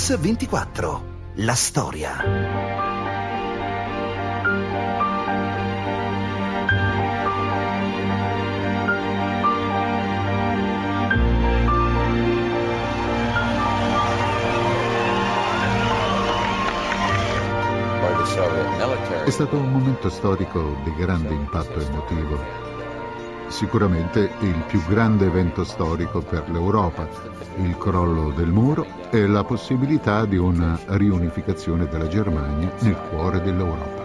Mix24. La storia. È stato un momento storico di grande impatto emotivo. Sicuramente il più grande evento storico per l'Europa, il crollo del muro e la possibilità di una riunificazione della Germania nel cuore dell'Europa.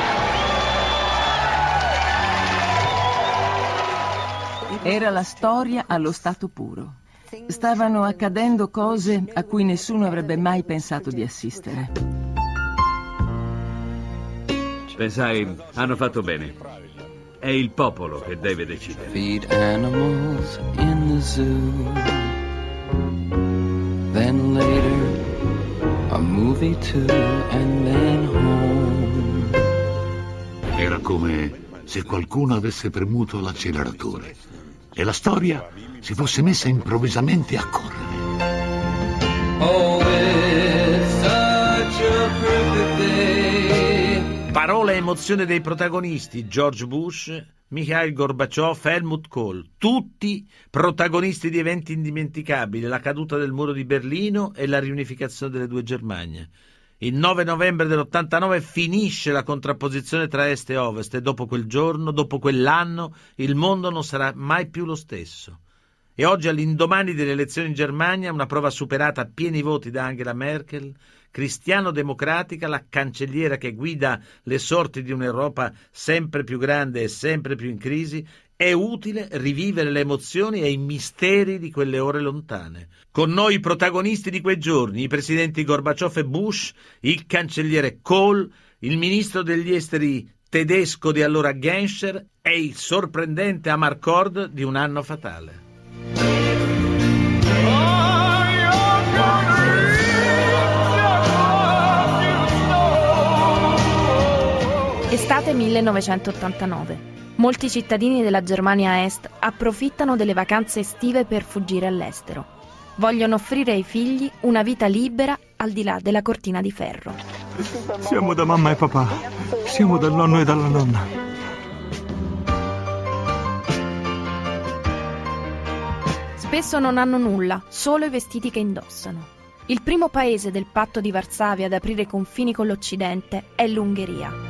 Era la storia allo stato puro. Stavano accadendo cose a cui nessuno avrebbe mai pensato di assistere. Pensai, hanno fatto bene. È il popolo che deve decidere. Feed animals in the zoo. Then later a movie too and then home. Era come se qualcuno avesse premuto l'acceleratore e la storia si fosse messa improvvisamente a correre. Oh, it's such a perfect day. Parola e emozione dei protagonisti, George Bush, Mikhail Gorbaciov, Helmut Kohl, tutti protagonisti di eventi indimenticabili, la caduta del muro di Berlino e la riunificazione delle due Germanie. Il 9 novembre dell'89 finisce la contrapposizione tra Est e Ovest e dopo quel giorno, dopo quell'anno, il mondo non sarà mai più lo stesso. E oggi, all'indomani delle elezioni in Germania, una prova superata a pieni voti da Angela Merkel, cristiano-democratica, la cancelliera che guida le sorti di un'Europa sempre più grande e sempre più in crisi, è utile rivivere le emozioni e i misteri di quelle ore lontane. Con noi i protagonisti di quei giorni, i presidenti Gorbaciov e Bush, il cancelliere Kohl, il ministro degli esteri tedesco di allora Genscher e il sorprendente Amarcord di un anno fatale. Estate 1989. Molti cittadini della Germania Est approfittano delle vacanze estive per fuggire all'estero. Vogliono offrire ai figli una vita libera al di là della cortina di ferro. Siamo da mamma e papà, siamo dal nonno e dalla nonna. Spesso non hanno nulla, solo i vestiti che indossano. Il primo paese del patto di Varsavia ad aprire i confini con l'Occidente è l'Ungheria.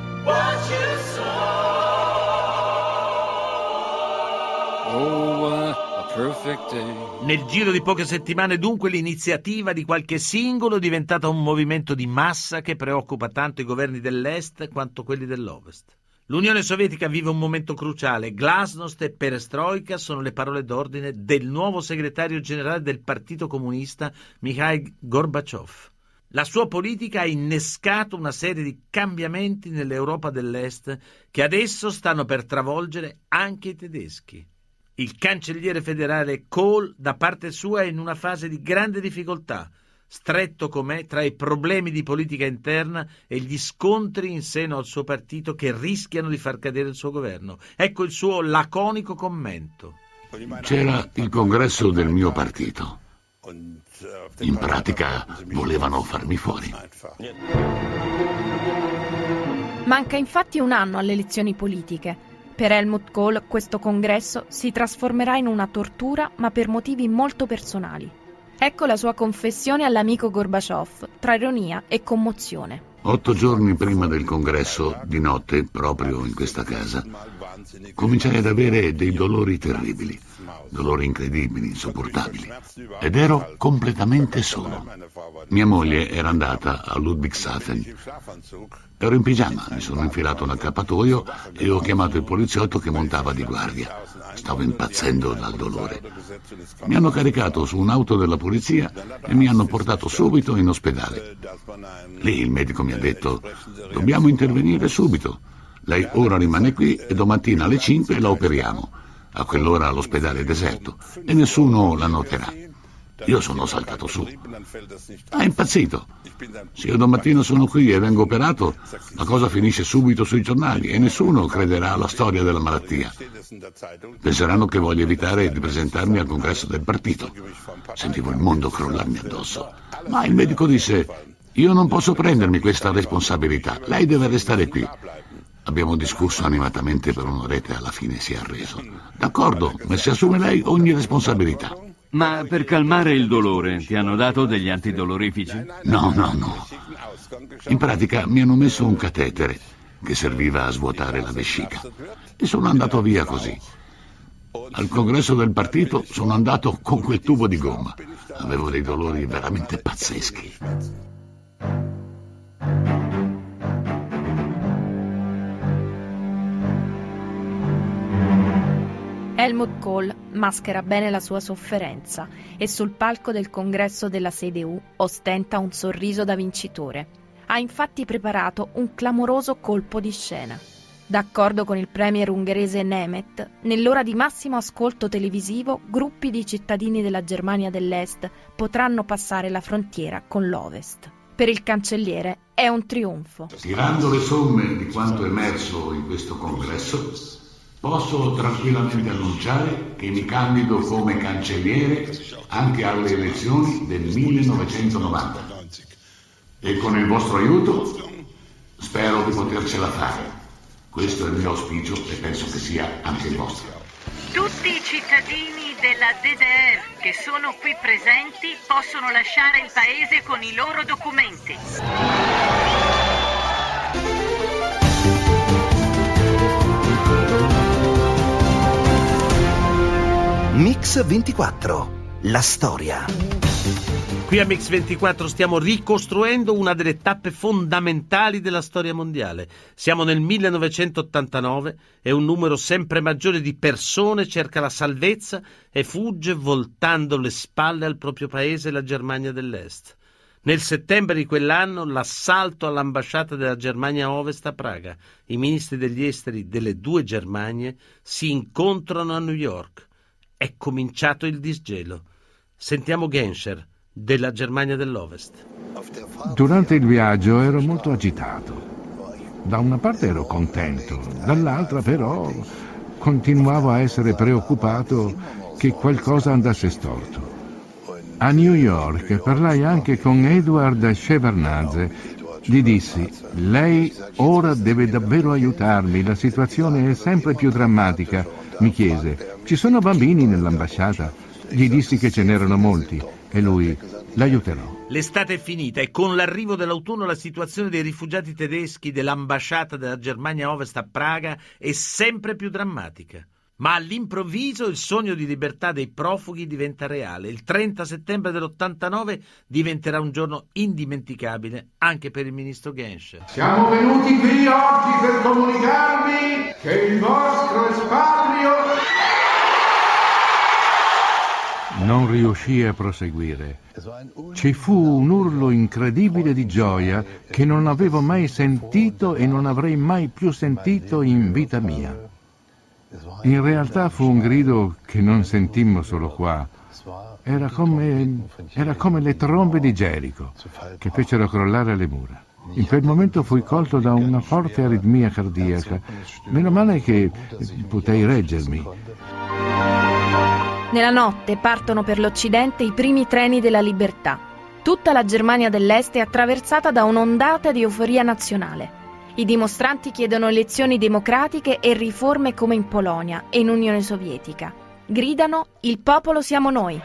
Oh, what a perfect day. Nel giro di poche settimane, dunque, l'iniziativa di qualche singolo è diventata un movimento di massa che preoccupa tanto i governi dell'Est quanto quelli dell'Ovest. L'Unione Sovietica vive un momento cruciale. Glasnost e perestroika sono le parole d'ordine del nuovo segretario generale del Partito Comunista, Mikhail Gorbaciov. La sua politica ha innescato una serie di cambiamenti nell'Europa dell'Est che adesso stanno per travolgere anche i tedeschi. Il cancelliere federale Kohl, da parte sua, è in una fase di grande difficoltà, stretto com'è tra i problemi di politica interna e gli scontri in seno al suo partito che rischiano di far cadere il suo governo. Ecco il suo laconico commento. C'era il congresso del mio partito. In pratica volevano farmi fuori. Manca infatti un anno alle elezioni politiche. Per Helmut Kohl questo congresso si trasformerà in una tortura, ma per motivi molto personali. Ecco la sua confessione all'amico Gorbaciov, tra ironia e commozione. 8 giorni prima del congresso, di notte, proprio in questa casa, cominciai ad avere dei dolori terribili, dolori incredibili, insopportabili, ed ero completamente solo. Mia moglie era andata a Ludwigshafen. Ero in pigiama, mi sono infilato un accappatoio e ho chiamato il poliziotto che montava di guardia. Stavo impazzendo dal dolore. Mi hanno caricato su un'auto della polizia e mi hanno portato subito in ospedale. Lì il medico mi ha detto: dobbiamo intervenire subito. Lei ora rimane qui e domattina alle 5 la operiamo. A quell'ora l'ospedale è deserto e nessuno la noterà. Io sono saltato su. È impazzito. Se io domattina sono qui e vengo operato, la cosa finisce subito sui giornali e nessuno crederà alla storia della malattia. Penseranno che voglio evitare di presentarmi al congresso del partito. Sentivo il mondo crollarmi addosso. Ma il medico disse: io non posso prendermi questa responsabilità, lei deve restare qui. Abbiamo discusso animatamente per un'oretta e alla fine si è arreso. D'accordo, ma si assume lei ogni responsabilità. Ma per calmare il dolore ti hanno dato degli antidolorifici? No. In pratica mi hanno messo un catetere che serviva a svuotare la vescica e sono andato via così. Al congresso del partito sono andato con quel tubo di gomma. Avevo dei dolori veramente pazzeschi. Helmut Kohl maschera bene la sua sofferenza e sul palco del congresso della CDU ostenta un sorriso da vincitore. Ha infatti preparato un clamoroso colpo di scena. D'accordo con il premier ungherese Nemeth, nell'ora di massimo ascolto televisivo, gruppi di cittadini della Germania dell'Est potranno passare la frontiera con l'Ovest. Per il cancelliere è un trionfo. Tirando le somme di quanto emerso in questo congresso, posso tranquillamente annunciare che mi candido come cancelliere anche alle elezioni del 1990. E con il vostro aiuto spero di potercela fare. Questo è il mio auspicio e penso che sia anche il vostro. Tutti i cittadini della DDR che sono qui presenti possono lasciare il paese con i loro documenti. Mix 24, la storia. Qui a Mix 24 stiamo ricostruendo una delle tappe fondamentali della storia mondiale. Siamo nel 1989 e un numero sempre maggiore di persone cerca la salvezza e fugge voltando le spalle al proprio paese, la Germania dell'Est. Nel settembre di quell'anno l'assalto all'ambasciata della Germania Ovest a Praga. I ministri degli esteri delle due Germanie si incontrano a New York. È cominciato il disgelo. Sentiamo Genscher della Germania dell'Ovest. Durante il viaggio ero molto agitato. Da una parte ero contento, dall'altra però continuavo a essere preoccupato che qualcosa andasse storto. A New York parlai anche con Edward Shevardnadze. Gli dissi: lei ora deve davvero aiutarmi, la situazione è sempre più drammatica. Mi chiese: ci sono bambini nell'ambasciata? Gli dissi che ce n'erano molti e lui: l'aiuterò. L'estate è finita e con l'arrivo dell'autunno la situazione dei rifugiati tedeschi dell'ambasciata della Germania Ovest a Praga è sempre più drammatica. Ma all'improvviso il sogno di libertà dei profughi diventa reale. Il 30 settembre dell'89 diventerà un giorno indimenticabile anche per il ministro Genscher. Siamo venuti qui oggi per comunicarvi che il vostro espatrio... Non riuscii a proseguire. Ci fu un urlo incredibile di gioia che non avevo mai sentito e non avrei mai più sentito in vita mia. In realtà fu un grido che non sentimmo solo qua. Era come le trombe di Gerico che fecero crollare le mura. In quel momento fui colto da una forte aritmia cardiaca. Meno male che potei reggermi. Nella notte partono per l'Occidente i primi treni della libertà. Tutta la Germania dell'Est è attraversata da un'ondata di euforia nazionale. I dimostranti chiedono elezioni democratiche e riforme come in Polonia e in Unione Sovietica. Gridano: il popolo siamo noi.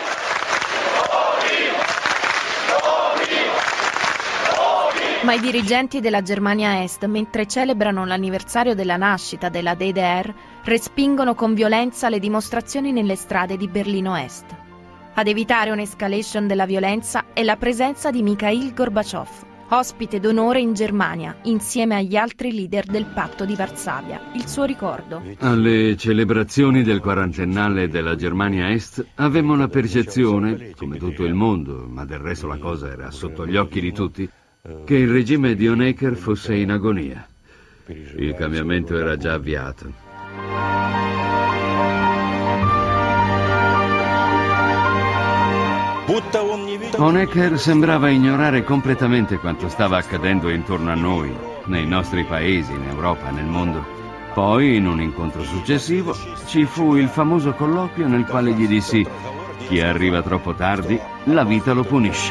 Ma i dirigenti della Germania Est, mentre celebrano l'anniversario della nascita della DDR, respingono con violenza le dimostrazioni nelle strade di Berlino Est. Ad evitare un'escalation della violenza è la presenza di Mikhail Gorbaciov, ospite d'onore in Germania, insieme agli altri leader del patto di Varsavia. Il suo ricordo. Alle celebrazioni del quarantennale della Germania Est avevamo la percezione, come tutto il mondo, ma del resto la cosa era sotto gli occhi di tutti, che il regime di Honecker fosse in agonia. Il cambiamento era già avviato. Honecker sembrava ignorare completamente quanto stava accadendo intorno a noi, nei nostri paesi, in Europa, nel mondo. Poi, in un incontro successivo, ci fu il famoso colloquio nel quale gli dissi: chi arriva troppo tardi, la vita lo punisce.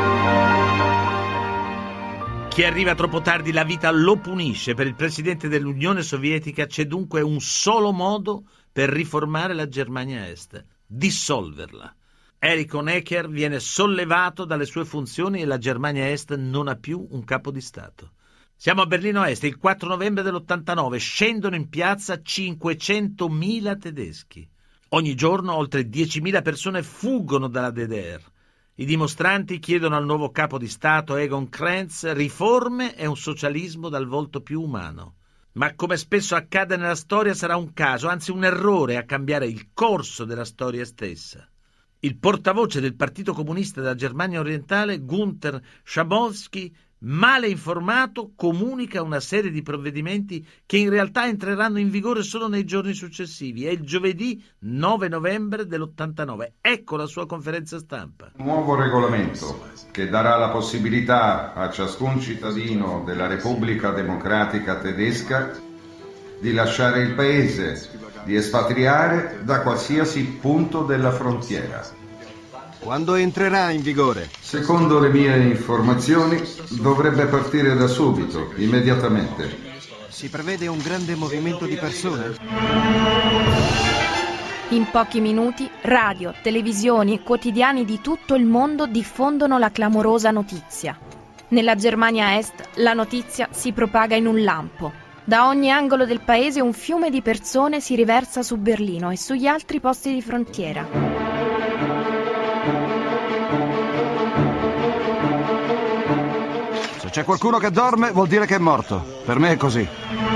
Chi arriva troppo tardi, la vita lo punisce. Per il presidente dell'Unione Sovietica c'è dunque un solo modo per riformare la Germania Est: dissolverla. Erich Honecker viene sollevato dalle sue funzioni e la Germania Est non ha più un capo di Stato. Siamo a Berlino Est, il 4 novembre dell'89, scendono in piazza 500.000 tedeschi. Ogni giorno oltre 10.000 persone fuggono dalla DDR. I dimostranti chiedono al nuovo capo di Stato, Egon Krenz, riforme e un socialismo dal volto più umano. Ma come spesso accade nella storia, sarà un caso, anzi un errore, a cambiare il corso della storia stessa. Il portavoce del Partito Comunista della Germania Orientale, Gunther Schabowski, male informato, comunica una serie di provvedimenti che in realtà entreranno in vigore solo nei giorni successivi. È il giovedì 9 novembre dell'89. Ecco la sua conferenza stampa. Nuovo regolamento che darà la possibilità a ciascun cittadino della Repubblica Democratica Tedesca di lasciare il paese, di espatriare da qualsiasi punto della frontiera. Quando entrerà in vigore? Secondo le mie informazioni, dovrebbe partire da subito, immediatamente. Si prevede un grande movimento di persone? In pochi minuti, radio, televisioni e quotidiani di tutto il mondo diffondono la clamorosa notizia. Nella Germania Est la notizia si propaga in un lampo. Da ogni angolo del paese un fiume di persone si riversa su Berlino e sugli altri posti di frontiera. Se c'è qualcuno che dorme, vuol dire che è morto. Per me è così.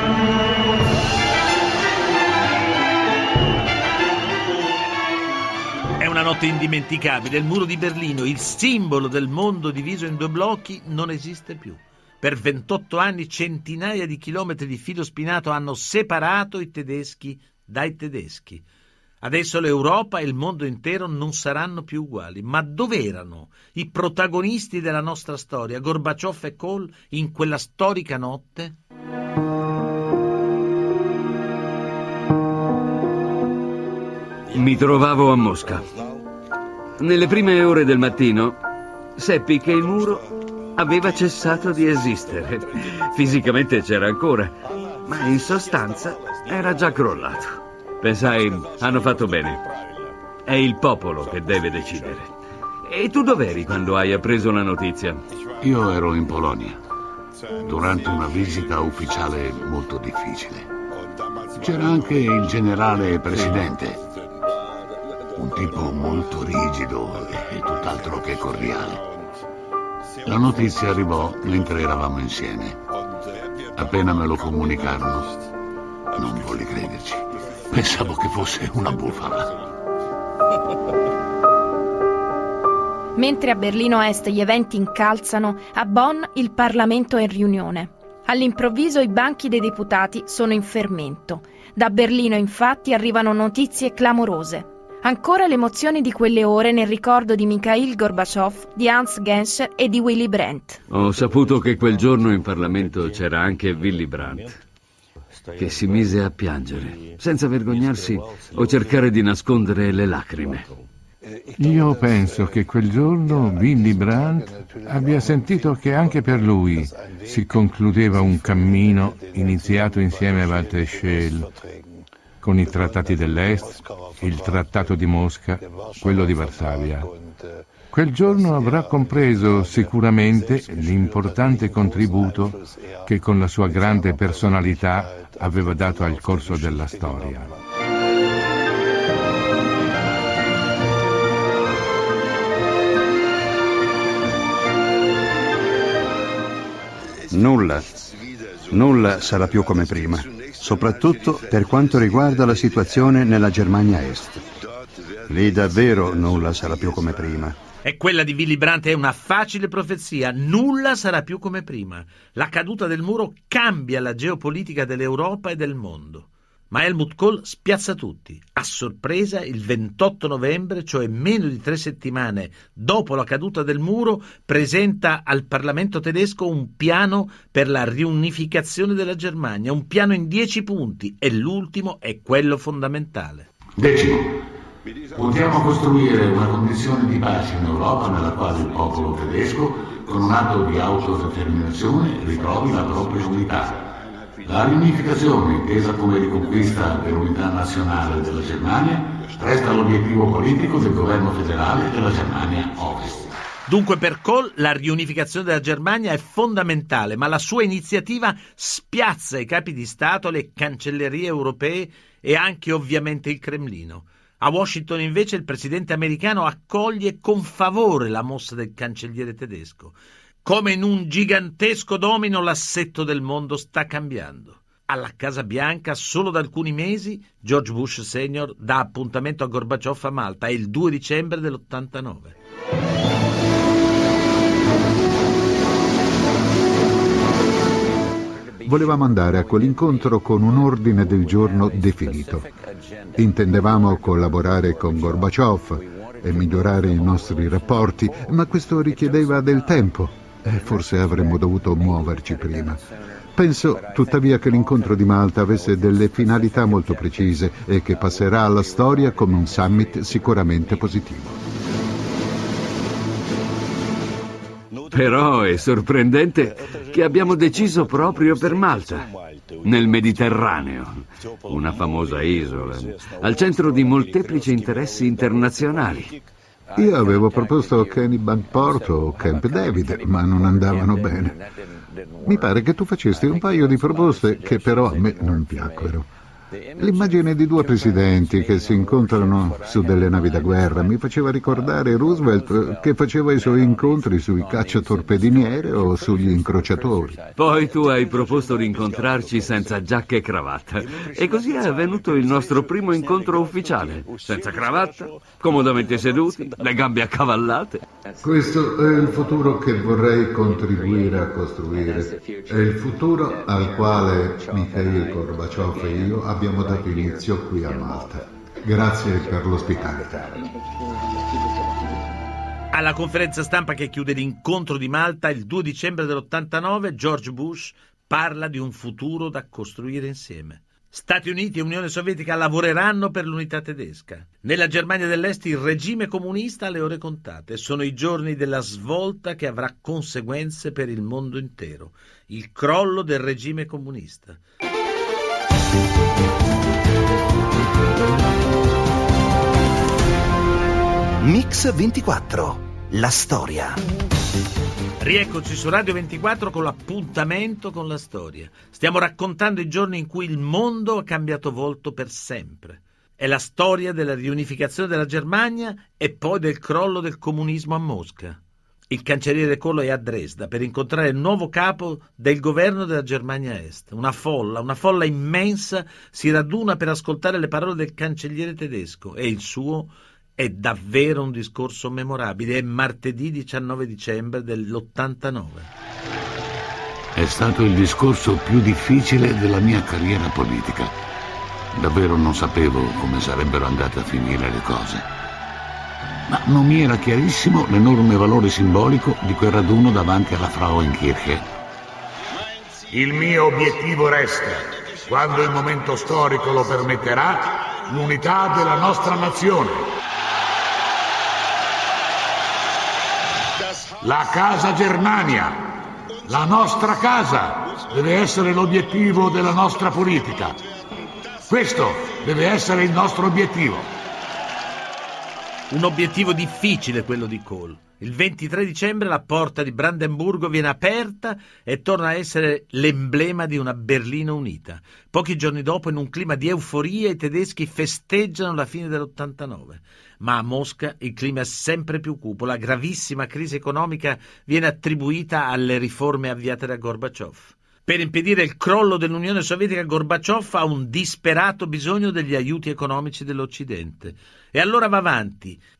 È una notte indimenticabile. Il muro di Berlino, il simbolo del mondo diviso in due blocchi, non esiste più. Per 28 anni centinaia di chilometri di filo spinato hanno separato i tedeschi dai tedeschi. Adesso l'Europa e il mondo intero non saranno più uguali. Ma dov'erano i protagonisti della nostra storia, Gorbaciov e Kohl, in quella storica notte? Mi trovavo a Mosca. Nelle prime ore del mattino seppi che il muro aveva cessato di esistere. Fisicamente c'era ancora, ma in sostanza era già crollato. Pensai, hanno fatto bene. È il popolo che deve decidere. E tu dov'eri quando hai appreso la notizia? Io ero in Polonia, durante una visita ufficiale molto difficile. C'era anche il generale presidente, un tipo molto rigido e tutt'altro che cordiale. La notizia arrivò mentre eravamo insieme. Appena me lo comunicarono, non volli crederci. Pensavo che fosse una bufala. Mentre a Berlino Est gli eventi incalzano, a Bonn il Parlamento è in riunione. All'improvviso i banchi dei deputati sono in fermento. Da Berlino, infatti, arrivano notizie clamorose. Ancora le emozioni di quelle ore nel ricordo di Mikhail Gorbaciov, di Hans Genscher e di Willy Brandt. Ho saputo che quel giorno in Parlamento c'era anche Willy Brandt, che si mise a piangere, senza vergognarsi o cercare di nascondere le lacrime. Io penso che quel giorno Willy Brandt abbia sentito che anche per lui si concludeva un cammino iniziato insieme a Walter Scheel, con i trattati dell'Est, il trattato di Mosca, quello di Varsavia. Quel giorno avrà compreso sicuramente l'importante contributo che con la sua grande personalità aveva dato al corso della storia. Nulla sarà più come prima, soprattutto per quanto riguarda la situazione nella Germania Est. Lì davvero nulla sarà più come prima. E quella di Willy Brandt è una facile profezia. Nulla sarà più come prima. La caduta del muro cambia la geopolitica dell'Europa e del mondo. Ma Helmut Kohl spiazza tutti. A sorpresa, il 28 novembre, cioè meno di 3 settimane dopo la caduta del muro, presenta al Parlamento tedesco un piano per la riunificazione della Germania, un piano in 10 punti, e l'ultimo è quello fondamentale. 10. Puntiamo a costruire una condizione di pace in Europa nella quale il popolo tedesco, con un atto di autodeterminazione, ritrovi la propria unità. La riunificazione, intesa come riconquista dell'unità nazionale della Germania, resta l'obiettivo politico del governo federale della Germania Ovest. Dunque per Kohl la riunificazione della Germania è fondamentale, ma la sua iniziativa spiazza i capi di Stato, le cancellerie europee e anche ovviamente il Cremlino. A Washington invece il presidente americano accoglie con favore la mossa del cancelliere tedesco. Come in un gigantesco domino l'assetto del mondo sta cambiando. Alla Casa Bianca, solo da alcuni mesi, George Bush Senior dà appuntamento a Gorbaciov a Malta, è il 2 dicembre dell'89. Volevamo andare a quell'incontro con un ordine del giorno definito. Intendevamo collaborare con Gorbaciov e migliorare i nostri rapporti, ma questo richiedeva del tempo. E forse avremmo dovuto muoverci prima. Penso tuttavia che l'incontro di Malta avesse delle finalità molto precise e che passerà alla storia come un summit sicuramente positivo. Però è sorprendente che abbiamo deciso proprio per Malta, nel Mediterraneo, una famosa isola, al centro di molteplici interessi internazionali. Io avevo proposto Kennebunkport o Camp David, ma non andavano bene. Mi pare che tu facesti un paio di proposte che però a me non piacquero. L'immagine di 2 presidenti che si incontrano su delle navi da guerra mi faceva ricordare Roosevelt che faceva i suoi incontri sui cacciatorpediniere o sugli incrociatori. Poi tu hai proposto di incontrarci senza giacca e cravatta, e così è avvenuto il nostro primo incontro ufficiale, senza cravatta, comodamente seduti, le gambe accavallate. Questo è il futuro che vorrei contribuire a costruire. È il futuro al quale Mikhail Gorbaciov e io abbiamo dato inizio qui a Malta. Grazie per l'ospitalità. Alla conferenza stampa che chiude l'incontro di Malta il 2 dicembre dell'89, George Bush parla di un futuro da costruire insieme. Stati Uniti e Unione Sovietica lavoreranno per l'unità tedesca. Nella Germania dell'Est il regime comunista ha le ore contate. Sono i giorni della svolta che avrà conseguenze per il mondo intero. Il crollo del regime comunista. Mix 24, la storia. Rieccoci su Radio 24 con l'appuntamento con la storia. Stiamo raccontando i giorni in cui il mondo ha cambiato volto per sempre. È la storia della riunificazione della Germania e poi del crollo del comunismo a Mosca. Il cancelliere Kohl è a Dresda per incontrare il nuovo capo del governo della Germania Est. Una folla immensa si raduna per ascoltare le parole del cancelliere tedesco e il suo è davvero un discorso memorabile. È martedì 19 dicembre dell'89. È stato il discorso più difficile della mia carriera politica. Davvero non sapevo come sarebbero andate a finire le cose. Ma non mi era chiarissimo l'enorme valore simbolico di quel raduno davanti alla Frauenkirche. Il mio obiettivo resta, quando il momento storico lo permetterà, l'unità della nostra nazione. La casa Germania, la nostra casa, deve essere l'obiettivo della nostra politica. Questo deve essere il nostro obiettivo. Un obiettivo difficile quello di Kohl. Il 23 dicembre la porta di Brandenburgo viene aperta e torna a essere l'emblema di una Berlino unita. Pochi giorni dopo, in un clima di euforia, i tedeschi festeggiano la fine dell'89. Ma a Mosca il clima è sempre più cupo. La gravissima crisi economica viene attribuita alle riforme avviate da Gorbaciov. Per impedire il crollo dell'Unione Sovietica, Gorbaciov ha un disperato bisogno degli aiuti economici dell'Occidente. E allora va avanti,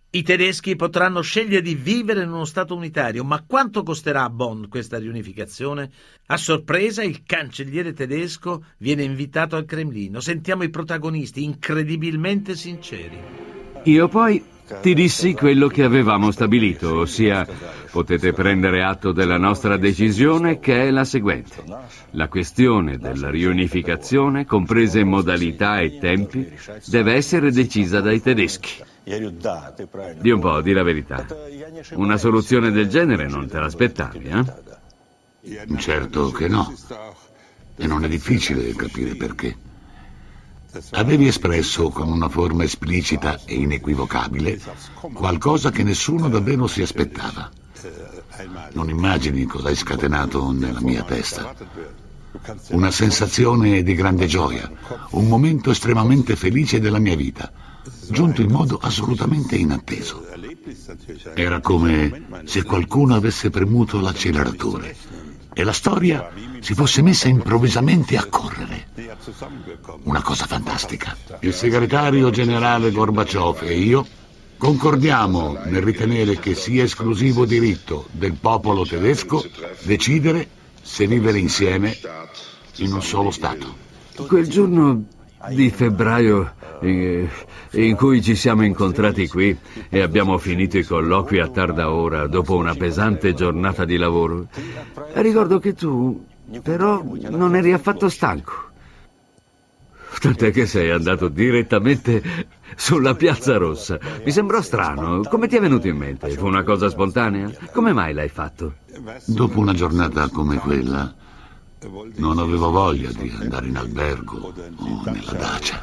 I tedeschi potranno scegliere di vivere in uno Stato unitario, ma quanto costerà a Bonn questa riunificazione? A sorpresa, il cancelliere tedesco viene invitato al Cremlino. Sentiamo i protagonisti, incredibilmente sinceri. Io poi ti dissi quello che avevamo stabilito, ossia potete prendere atto della nostra decisione, che è la seguente. La questione della riunificazione, comprese modalità e tempi, deve essere decisa dai tedeschi. Di un po', di la verità. Una soluzione del genere non te l'aspettavi, eh? Certo che no. E non è difficile capire perché. Avevi espresso con una forma esplicita e inequivocabile qualcosa che nessuno davvero si aspettava. Non immagini cosa hai scatenato nella mia testa. Una sensazione di grande gioia, un momento estremamente felice della mia vita, giunto in modo assolutamente inatteso. Era come se qualcuno avesse premuto l'acceleratore e la storia si fosse messa improvvisamente a correre. Una cosa fantastica. Il segretario generale Gorbaciov e io concordiamo nel ritenere che sia esclusivo diritto del popolo tedesco decidere se vivere insieme in un solo Stato. Quel giorno di febbraio in cui ci siamo incontrati qui e abbiamo finito i colloqui a tarda ora dopo una pesante giornata di lavoro, ricordo che tu però non eri affatto stanco. Tant'è che sei andato direttamente sulla Piazza Rossa. Mi sembrò strano. Come ti è venuto in mente? Fu una cosa spontanea? Come mai l'hai fatto? Dopo una giornata come quella, non avevo voglia di andare in albergo o nella dacia.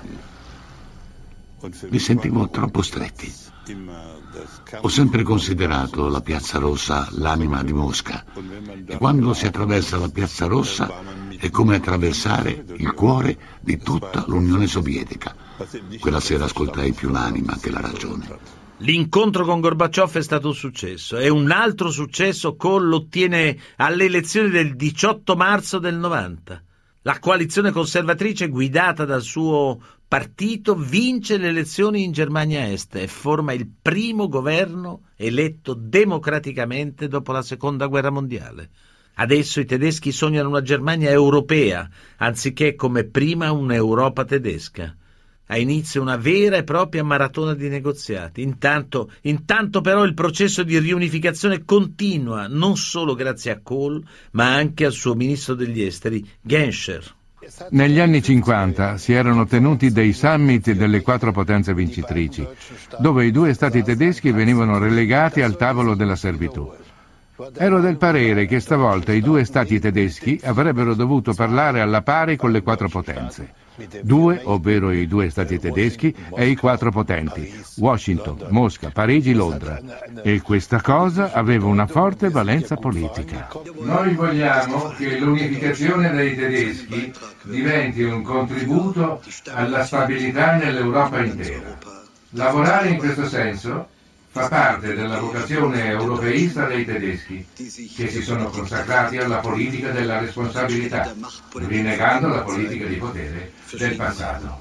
Mi sentivo troppo stretti. Ho sempre considerato la Piazza Rossa l'anima di Mosca, e quando si attraversa la Piazza Rossa è come attraversare il cuore di tutta l'Unione Sovietica. Quella sera ascoltai più l'anima che la ragione. L'incontro con Gorbaciov è stato un successo, e un altro successo Kohl lo ottiene alle elezioni del 18 marzo del 90. La coalizione conservatrice guidata dal suo partito vince le elezioni in Germania Est e forma il primo governo eletto democraticamente dopo la Seconda Guerra Mondiale. Adesso i tedeschi sognano una Germania europea, anziché come prima un'Europa tedesca. Ha inizio una vera e propria maratona di negoziati. Intanto però il processo di riunificazione continua, non solo grazie a Kohl, ma anche al suo ministro degli esteri, Genscher. Negli anni 50 si erano tenuti dei summit delle quattro potenze vincitrici, dove i due stati tedeschi venivano relegati al tavolo della servitù. Ero del parere che stavolta i due stati tedeschi avrebbero dovuto parlare alla pari con le quattro potenze. Due, ovvero i due stati tedeschi, e i quattro potenti, Washington, Mosca, Parigi, Londra. E questa cosa aveva una forte valenza politica. Noi vogliamo che l'unificazione dei tedeschi diventi un contributo alla stabilità nell'Europa intera. Lavorare in questo senso fa parte della vocazione europeista dei tedeschi, che si sono consacrati alla politica della responsabilità, rinnegando la politica di potere del passato.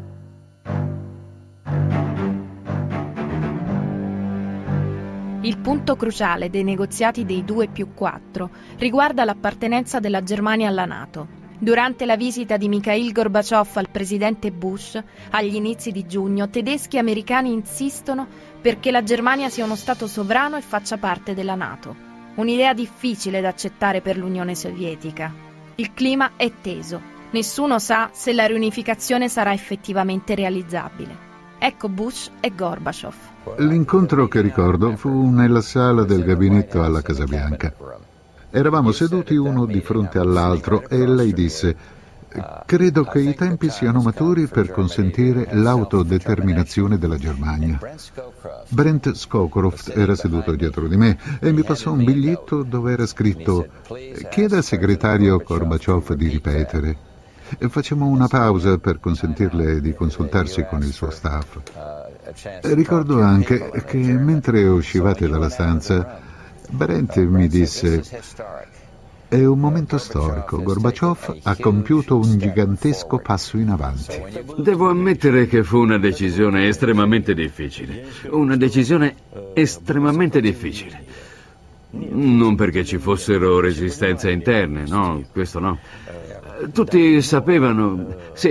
Il punto cruciale dei negoziati dei 2+4 riguarda l'appartenenza della Germania alla NATO. Durante la visita di Mikhail Gorbaciov al presidente Bush, agli inizi di giugno, tedeschi e americani insistono perché la Germania sia uno Stato sovrano e faccia parte della NATO. Un'idea difficile da accettare per l'Unione Sovietica. Il clima è teso. Nessuno sa se la riunificazione sarà effettivamente realizzabile. Ecco Bush e Gorbaciov. L'incontro che ricordo fu nella sala del gabinetto alla Casa Bianca. Eravamo seduti uno di fronte all'altro e lei disse: credo che i tempi siano maturi per consentire l'autodeterminazione della Germania. Brent Scowcroft era seduto dietro di me e mi passò un biglietto dove era scritto: chieda al segretario Gorbaciov di ripetere. Facciamo una pausa per consentirle di consultarsi con il suo staff. Ricordo anche che mentre uscivate dalla stanza, Brent mi disse: È un momento storico. Gorbaciov ha compiuto un gigantesco passo in avanti. Devo ammettere che fu una decisione estremamente difficile. Una decisione estremamente difficile. Non perché ci fossero resistenze interne, no, questo no. Tutti sapevano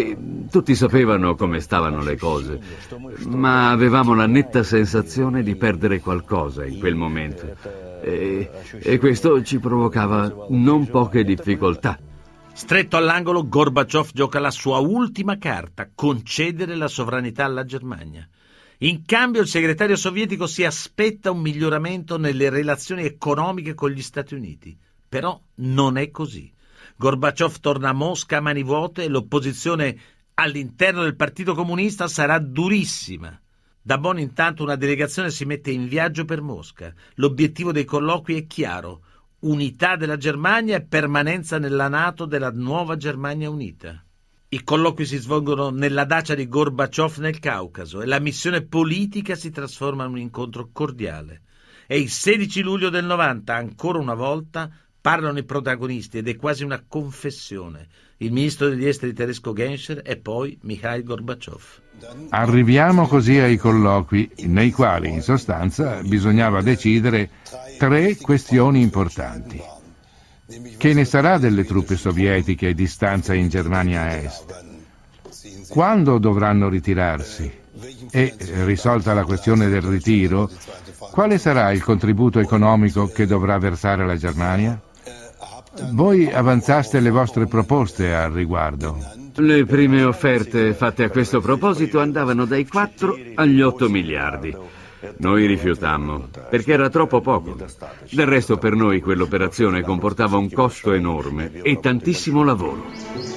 come stavano le cose, ma avevamo la netta sensazione di perdere qualcosa in quel momento. E questo ci provocava non poche difficoltà. Stretto all'angolo, Gorbaciov gioca la sua ultima carta, concedere la sovranità alla Germania. In cambio il segretario sovietico si aspetta un miglioramento nelle relazioni economiche con gli Stati Uniti. Però non è così. Gorbaciov torna a Mosca a mani vuote e l'opposizione all'interno del Partito Comunista sarà durissima. Da buon intanto una delegazione si mette in viaggio per Mosca. L'obiettivo dei colloqui è chiaro: unità della Germania e permanenza nella NATO della nuova Germania unita. I colloqui si svolgono nella dacia di Gorbaciov nel Caucaso e la missione politica si trasforma in un incontro cordiale. E il 16 luglio del 90, ancora una volta, parlano i protagonisti ed è quasi una confessione. Il ministro degli esteri tedesco Genscher e poi Mikhail Gorbaciov. Arriviamo così ai colloqui, nei quali in sostanza bisognava decidere 3 questioni importanti. Che ne sarà delle truppe sovietiche di stanza in Germania Est? Quando dovranno ritirarsi? E, risolta la questione del ritiro, quale sarà il contributo economico che dovrà versare la Germania? Voi avanzaste le vostre proposte al riguardo. Le prime offerte fatte a questo proposito andavano dai 4 agli 8 miliardi. Noi rifiutammo, perché era troppo poco. Del resto per noi quell'operazione comportava un costo enorme e tantissimo lavoro.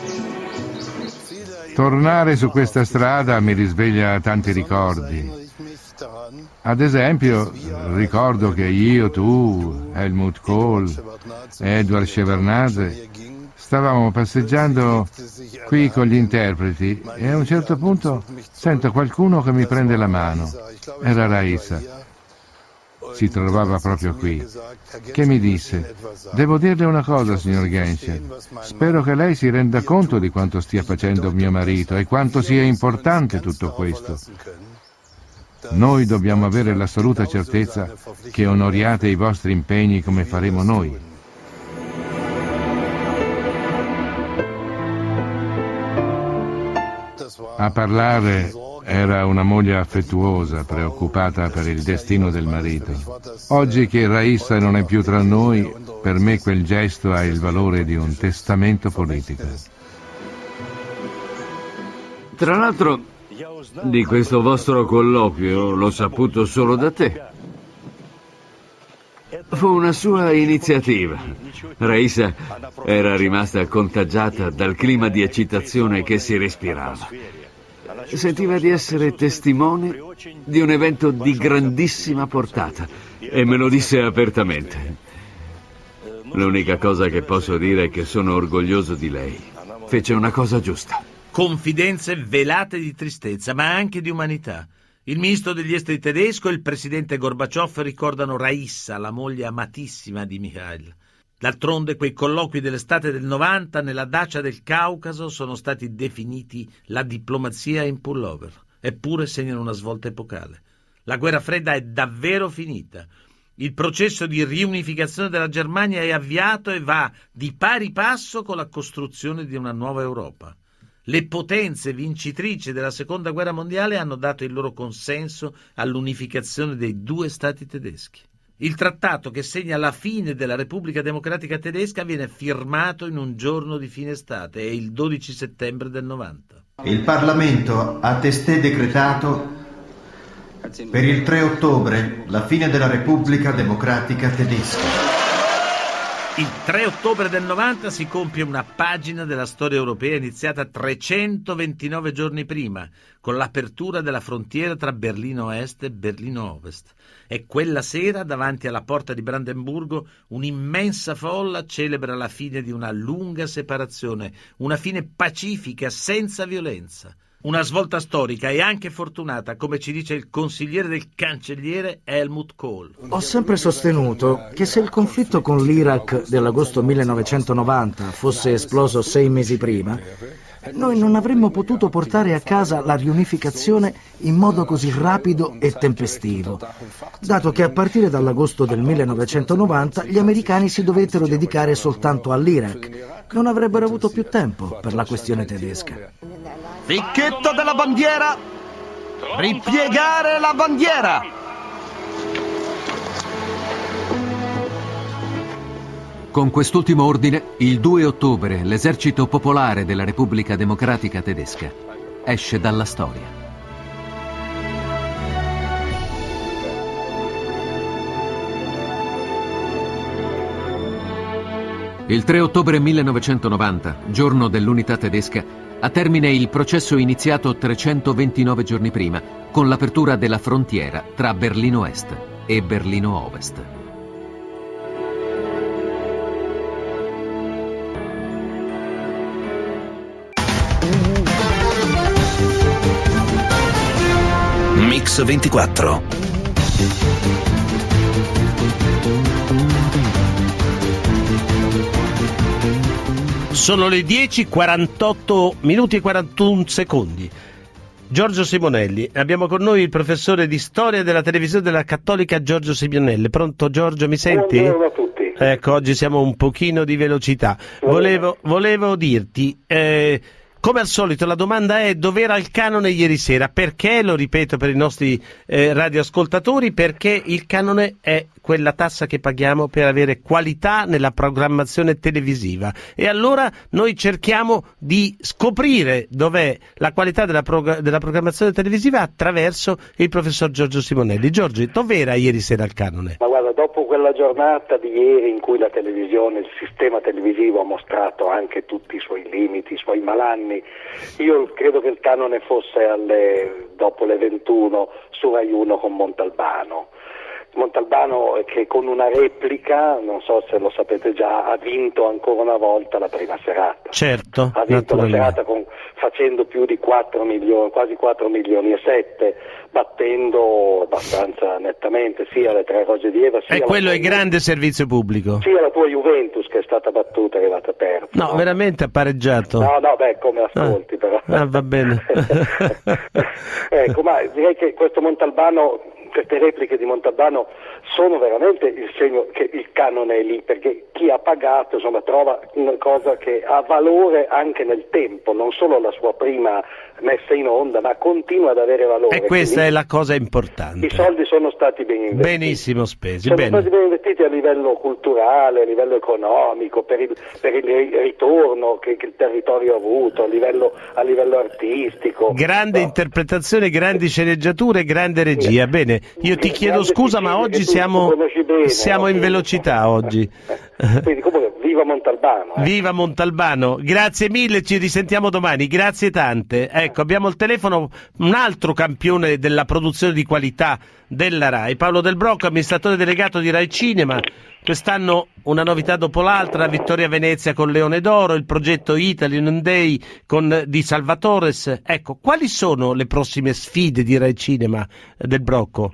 Tornare su questa strada mi risveglia tanti ricordi. Ad esempio, ricordo che io, tu, Helmut Kohl, Edward Shevardnadze stavamo passeggiando qui con gli interpreti e a un certo punto sento qualcuno che mi prende la mano. Era Raissa. Si trovava proprio qui. Che mi disse: devo dirle una cosa, signor Genscher. Spero che lei si renda conto di quanto stia facendo mio marito e quanto sia importante tutto questo. Noi dobbiamo avere l'assoluta certezza che onoriate i vostri impegni come faremo noi. A parlare era una moglie affettuosa, preoccupata per il destino del marito. Oggi che Raissa non è più tra noi, per me quel gesto ha il valore di un testamento politico. Tra l'altro, di questo vostro colloquio l'ho saputo solo da te. Fu una sua iniziativa. Raissa era rimasta contagiata dal clima di eccitazione che si respirava. Sentiva di essere testimone di un evento di grandissima portata e me lo disse apertamente. L'unica cosa che posso dire è che sono orgoglioso di lei. Fece una cosa giusta. Confidenze velate di tristezza, ma anche di umanità. Il ministro degli esteri tedesco e il presidente Gorbaciov ricordano Raissa, la moglie amatissima di Mikhail. D'altronde quei colloqui dell'estate del 90 nella dacia del Caucaso sono stati definiti la diplomazia in pullover, eppure segnano una svolta epocale. La guerra fredda è davvero finita. Il processo di riunificazione della Germania è avviato e va di pari passo con la costruzione di una nuova Europa. Le potenze vincitrici della Seconda Guerra Mondiale hanno dato il loro consenso all'unificazione dei 2 stati tedeschi. Il trattato che segna la fine della Repubblica Democratica Tedesca viene firmato in un giorno di fine estate, è il 12 settembre del 90. Il Parlamento ha testé decretato per il 3 ottobre la fine della Repubblica Democratica Tedesca. Il 3 ottobre del 90 si compie una pagina della storia europea iniziata 329 giorni prima, con l'apertura della frontiera tra Berlino Est e Berlino Ovest. E quella sera, davanti alla porta di Brandenburgo, un'immensa folla celebra la fine di una lunga separazione, una fine pacifica, senza violenza. Una svolta storica e anche fortunata, come ci dice il consigliere del cancelliere Helmut Kohl. Ho sempre sostenuto che se il conflitto con l'Iraq dell'agosto 1990 fosse esploso 6 mesi prima, noi non avremmo potuto portare a casa la riunificazione in modo così rapido e tempestivo, dato che a partire dall'agosto del 1990 gli americani si dovettero dedicare soltanto all'Iraq. Non avrebbero avuto più tempo per la questione tedesca. Picchetto della bandiera! Ripiegare la bandiera! Con quest'ultimo ordine, il 2 ottobre l'esercito popolare della Repubblica Democratica Tedesca esce dalla storia. Il 3 ottobre 1990, giorno dell'unità tedesca, ha termine il processo iniziato 329 giorni prima, con l'apertura della frontiera tra Berlino Est e Berlino Ovest. Mix 24. Sono le 10:48 minuti e 41 secondi. Giorgio Simonelli, abbiamo con noi il professore di storia della televisione della Cattolica Giorgio Simonelli. Pronto Giorgio, mi senti? Buongiorno a tutti. Ecco, oggi siamo un pochino di velocità. Volevo dirti, come al solito la domanda è: dov'era il canone ieri sera? Perché, lo ripeto per i nostri radioascoltatori, perché il canone è quella tassa che paghiamo per avere qualità nella programmazione televisiva, e allora noi cerchiamo di scoprire dov'è la qualità della programmazione televisiva attraverso il professor Giorgio Simonelli. Giorgio, dov'era ieri sera il canone? Ma guarda, dopo quella giornata di ieri in cui la televisione, il sistema televisivo ha mostrato anche tutti i suoi limiti, i suoi malanni, io credo che il canone fosse dopo le 21 su Rai 1 con Montalbano, che con una replica, non so se lo sapete già, ha vinto ancora una volta la prima serata. Certo, ha vinto la serata facendo più di 4 milioni, quasi 4 milioni e 7, battendo abbastanza nettamente sia le Tre Rose di Eva, sia e quello è grande servizio pubblico. Sia la tua Juventus, che è stata battuta, è arrivata terza. No, veramente ha pareggiato. No, come ascolti però. Va bene. Ecco, ma direi che questo Montalbano, queste repliche di Montalbano sono veramente il segno che il canone è lì, perché chi ha pagato insomma trova una cosa che ha valore anche nel tempo, non solo la sua prima messa in onda, ma continua ad avere valore. E questa è la cosa importante. I soldi sono stati ben investiti. Benissimo spesi. Sono stati ben investiti a livello culturale, a livello economico, per il ritorno che il territorio ha avuto, a livello artistico. Grande interpretazione, grandi sceneggiature, grande regia. Bene, io ti chiedo scusa, ma oggi siamo in velocità oggi. Quindi comunque viva Montalbano. Viva Montalbano, grazie mille, ci risentiamo domani, grazie tante. Ecco, abbiamo al telefono un altro campione della produzione di qualità della Rai, Paolo Del Brocco, amministratore delegato di Rai Cinema. Quest'anno una novità dopo l'altra: Vittoria Venezia con Leone d'Oro, il progetto Italy on Day di Salvatores. Ecco, quali sono le prossime sfide di Rai Cinema, Del Brocco?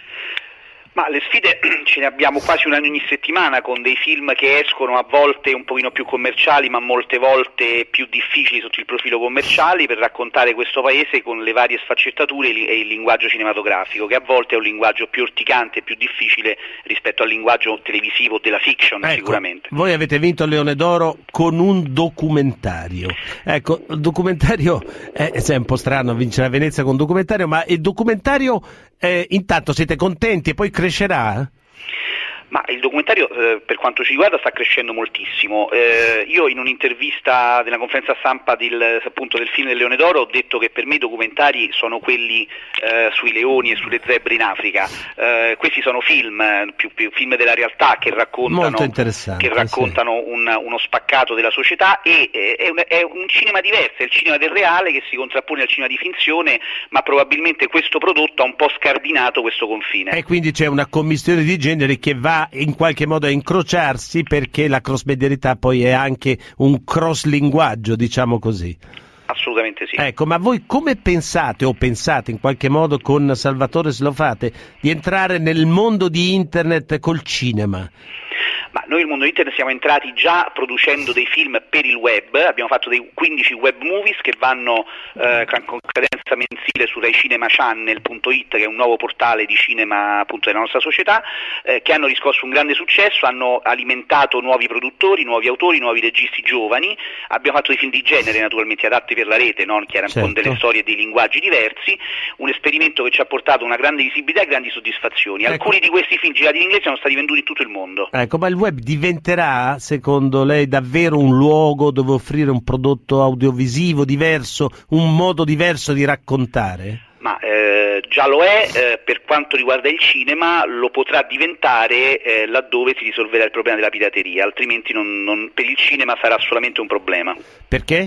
Ma le sfide ce ne abbiamo quasi una ogni settimana, con dei film che escono a volte un pochino più commerciali, ma molte volte più difficili sotto il profilo commerciale, per raccontare questo paese con le varie sfaccettature e il linguaggio cinematografico, che a volte è un linguaggio più urticante e più difficile rispetto al linguaggio televisivo della fiction, ecco, sicuramente. Voi avete vinto il Leone d'Oro con un documentario. Ecco, il documentario è un po' strano vincere a Venezia con un documentario, ma il documentario intanto siete contenti e poi crescerà? Ma il documentario per quanto ci riguarda sta crescendo moltissimo. Io in un'intervista della conferenza stampa appunto del film del Leone d'Oro ho detto che per me i documentari sono quelli sui leoni e sulle zebre in Africa. Questi sono film, più film della realtà, che raccontano uno spaccato della società, e è un cinema diverso, è il cinema del reale che si contrappone al cinema di finzione, ma probabilmente questo prodotto ha un po' scardinato questo confine. E quindi c'è una commistione di generi che va in qualche modo a incrociarsi, perché la crossmedialità poi è anche un cross linguaggio, diciamo così. Assolutamente sì. Ecco, ma voi come pensate in qualche modo con Salvatore Slofate di entrare nel mondo di internet col cinema? Ma noi nel mondo internet siamo entrati già producendo dei film per il web, abbiamo fatto dei 15 web movies che vanno con cadenza mensile su RaiCinemaChannel.it, che è un nuovo portale di cinema appunto della nostra società, che hanno riscosso un grande successo, hanno alimentato nuovi produttori, nuovi autori, nuovi registi giovani. Abbiamo fatto dei film di genere naturalmente adatti per la rete, no? Chiaramente, con delle storie e dei linguaggi diversi, un esperimento che ci ha portato una grande visibilità e grandi soddisfazioni. Alcuni di questi film girati in inglese sono stati venduti in tutto il mondo. Ecco, ma il web diventerà, secondo lei, davvero un luogo dove offrire un prodotto audiovisivo diverso, un modo diverso di raccontare? Ma già lo è, per quanto riguarda il cinema lo potrà diventare laddove si risolverà il problema della pirateria, altrimenti per il cinema sarà solamente un problema. Perché?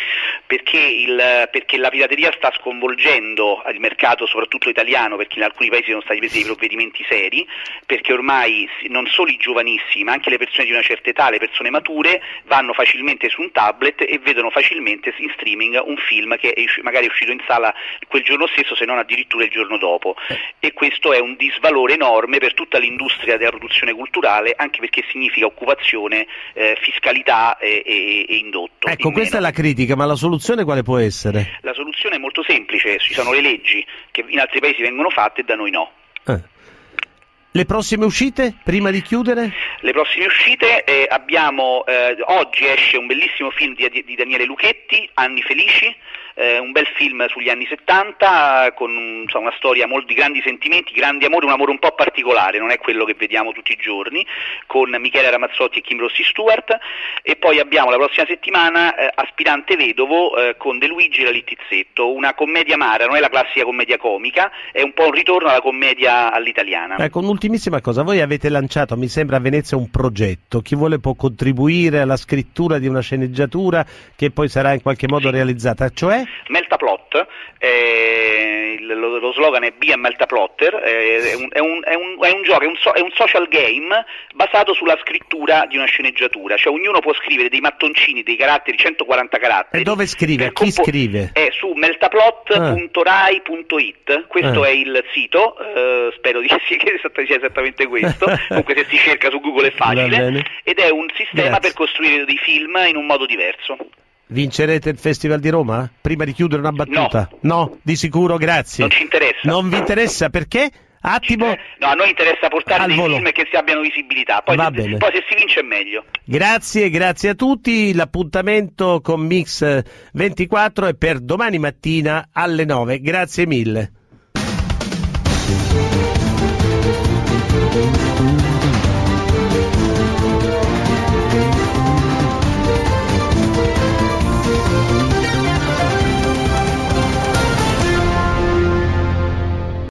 Perché la pirateria sta sconvolgendo il mercato soprattutto italiano, perché in alcuni paesi sono stati presi dei provvedimenti seri, perché ormai non solo i giovanissimi ma anche le persone di una certa età, le persone mature, vanno facilmente su un tablet e vedono facilmente in streaming un film che magari è uscito in sala quel giorno stesso, se non addirittura il giorno dopo, e questo è un disvalore enorme per tutta l'industria della produzione culturale, anche perché significa occupazione, fiscalità e indotto. Ecco, questa è la critica, ma la soluzione quale può essere? La soluzione è molto semplice, ci sono le leggi che in altri paesi vengono fatte e da noi no. Le prossime uscite, prima di chiudere? Le prossime uscite abbiamo, oggi esce un bellissimo film di Daniele Lucchetti, Anni Felici, un bel film sugli anni 70 con una storia di grandi sentimenti, grandi amore, un amore un po' particolare, non è quello che vediamo tutti i giorni, con Michele Ramazzotti e Kim Rossi Stewart, e poi abbiamo la prossima settimana Aspirante Vedovo con De Luigi e la Littizzetto, una commedia amara, non è la classica commedia comica, è un po' un ritorno alla commedia all'italiana. Ecco, un'ultimissima cosa, voi avete lanciato, mi sembra, a Venezia un progetto, chi vuole può contribuire alla scrittura di una sceneggiatura che poi sarà in qualche modo realizzata, cioè? Meltaplot, lo slogan è Be a Meltaplotter, è un gioco, è un social game basato sulla scrittura di una sceneggiatura, cioè ognuno può scrivere dei mattoncini, dei caratteri, 140 caratteri. E dove scrive? Chi scrive? È su meltaplot.rai.it, questo è il sito, spero che sia esattamente questo, comunque se si cerca su Google è facile, ed è un sistema per costruire dei film in un modo diverso. Vincerete il Festival di Roma? Prima di chiudere una battuta. No, di sicuro, grazie. Non ci interessa. Non vi interessa perché? Attimo. No, a noi interessa portare dei film che si abbiano visibilità, poi se si vince è meglio. Grazie a tutti, l'appuntamento con Mix 24 è per domani mattina alle 9, grazie mille.